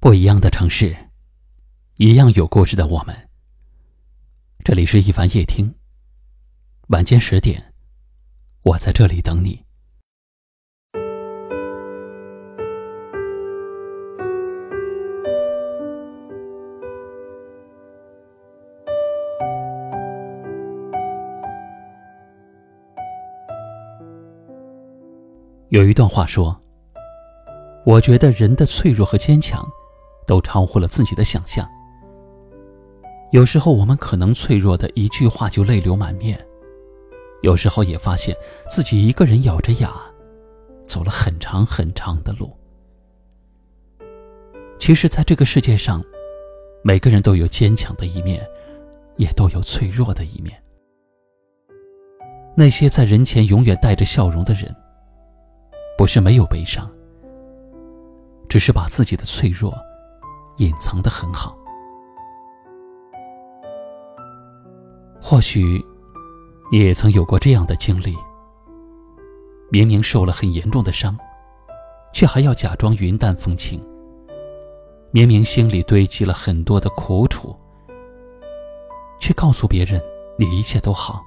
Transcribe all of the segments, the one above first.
不一样的城市，一样有故事的我们。这里是一凡夜听，晚间10点，我在这里等你。有一段话说，我觉得人的脆弱和坚强都超乎了自己的想象。有时候我们可能脆弱的一句话就泪流满面，有时候也发现自己一个人咬着牙走了很长很长的路。其实在这个世界上，每个人都有坚强的一面，也都有脆弱的一面。那些在人前永远带着笑容的人，不是没有悲伤，只是把自己的脆弱隐藏得很好。或许你也曾有过这样的经历，明明受了很严重的伤，却还要假装云淡风轻；明明心里堆积了很多的苦楚，却告诉别人你一切都好。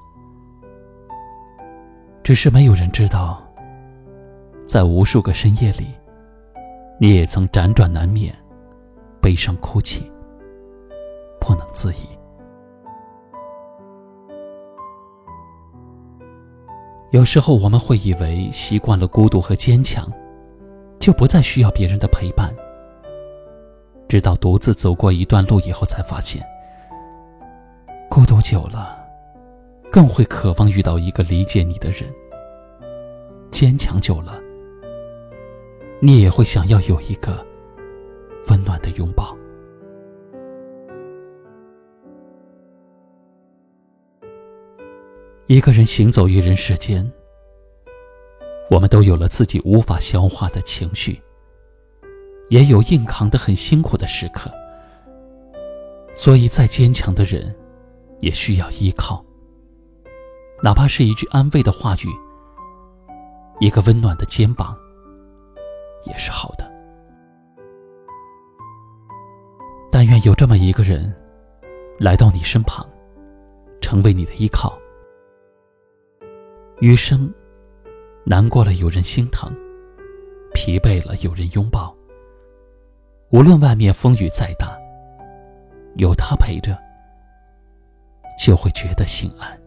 只是没有人知道，在无数个深夜里，你也曾辗转难眠，悲伤哭泣，不能自已。有时候我们会以为习惯了孤独和坚强，就不再需要别人的陪伴，直到独自走过一段路以后，才发现孤独久了，更会渴望遇到一个理解你的人；坚强久了，你也会想要有一个温暖的拥抱。一个人行走于人世间，我们都有了自己无法消化的情绪，也有硬扛得很辛苦的时刻。所以再坚强的人也需要依靠，哪怕是一句安慰的话语，一个温暖的肩膀也是好的。但愿有这么一个人来到你身旁，成为你的依靠。余生难过了有人心疼，疲惫了有人拥抱。无论外面风雨再大，有他陪着，就会觉得心安。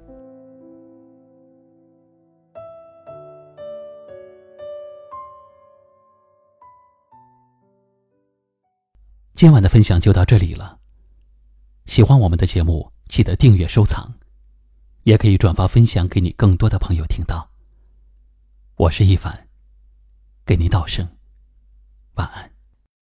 今晚的分享就到这里了，喜欢我们的节目，记得订阅收藏，也可以转发分享给你更多的朋友听到。我是一凡，给您道声晚安。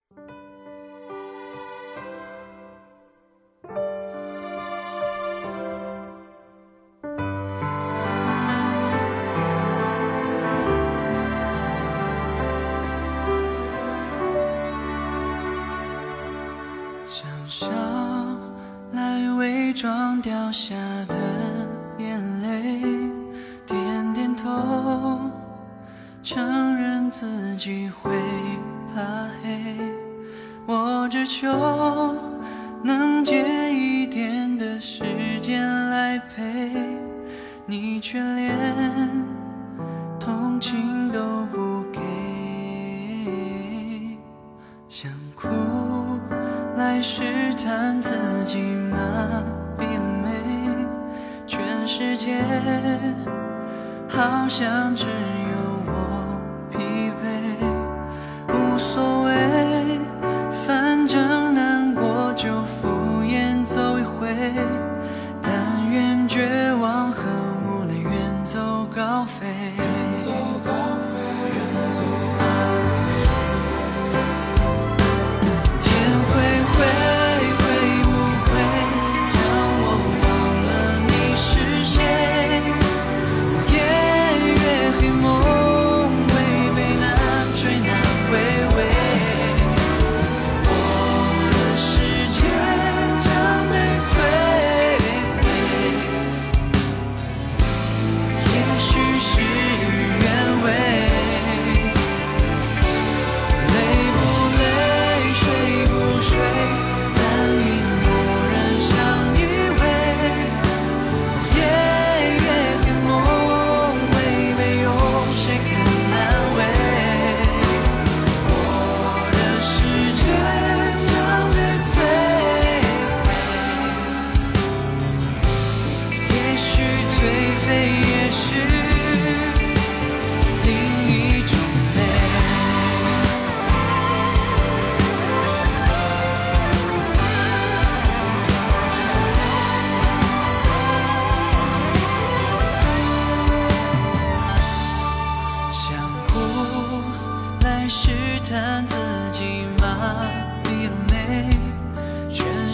想笑来伪装掉下的眼泪，点点头，承认自己会怕黑。我只求能借一点的时间来陪你，却连同情都不给。想哭来试探自己麻痹了没，全世界好像只有我疲惫。无所谓，反正难过就敷衍走一回，但愿绝望和无奈远走高飞。黑幕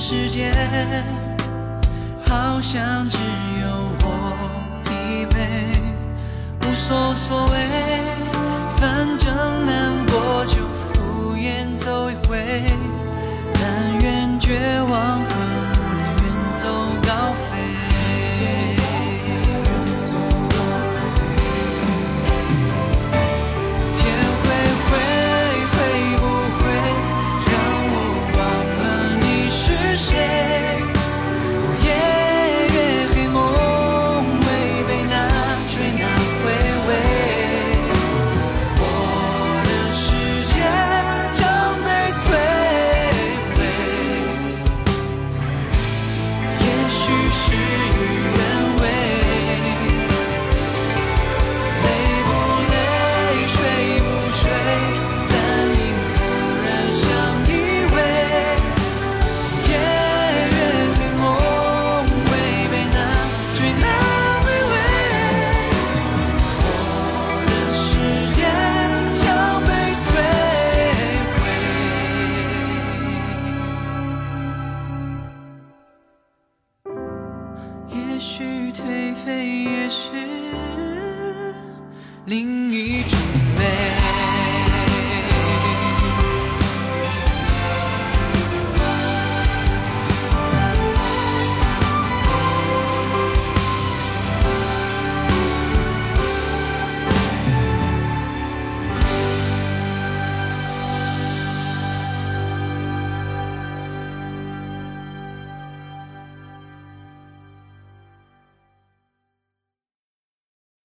世界好像只有我疲惫，无所谓，反正难过就敷衍走一回，但愿绝望和无奈远走高飞。也许颓废，也许另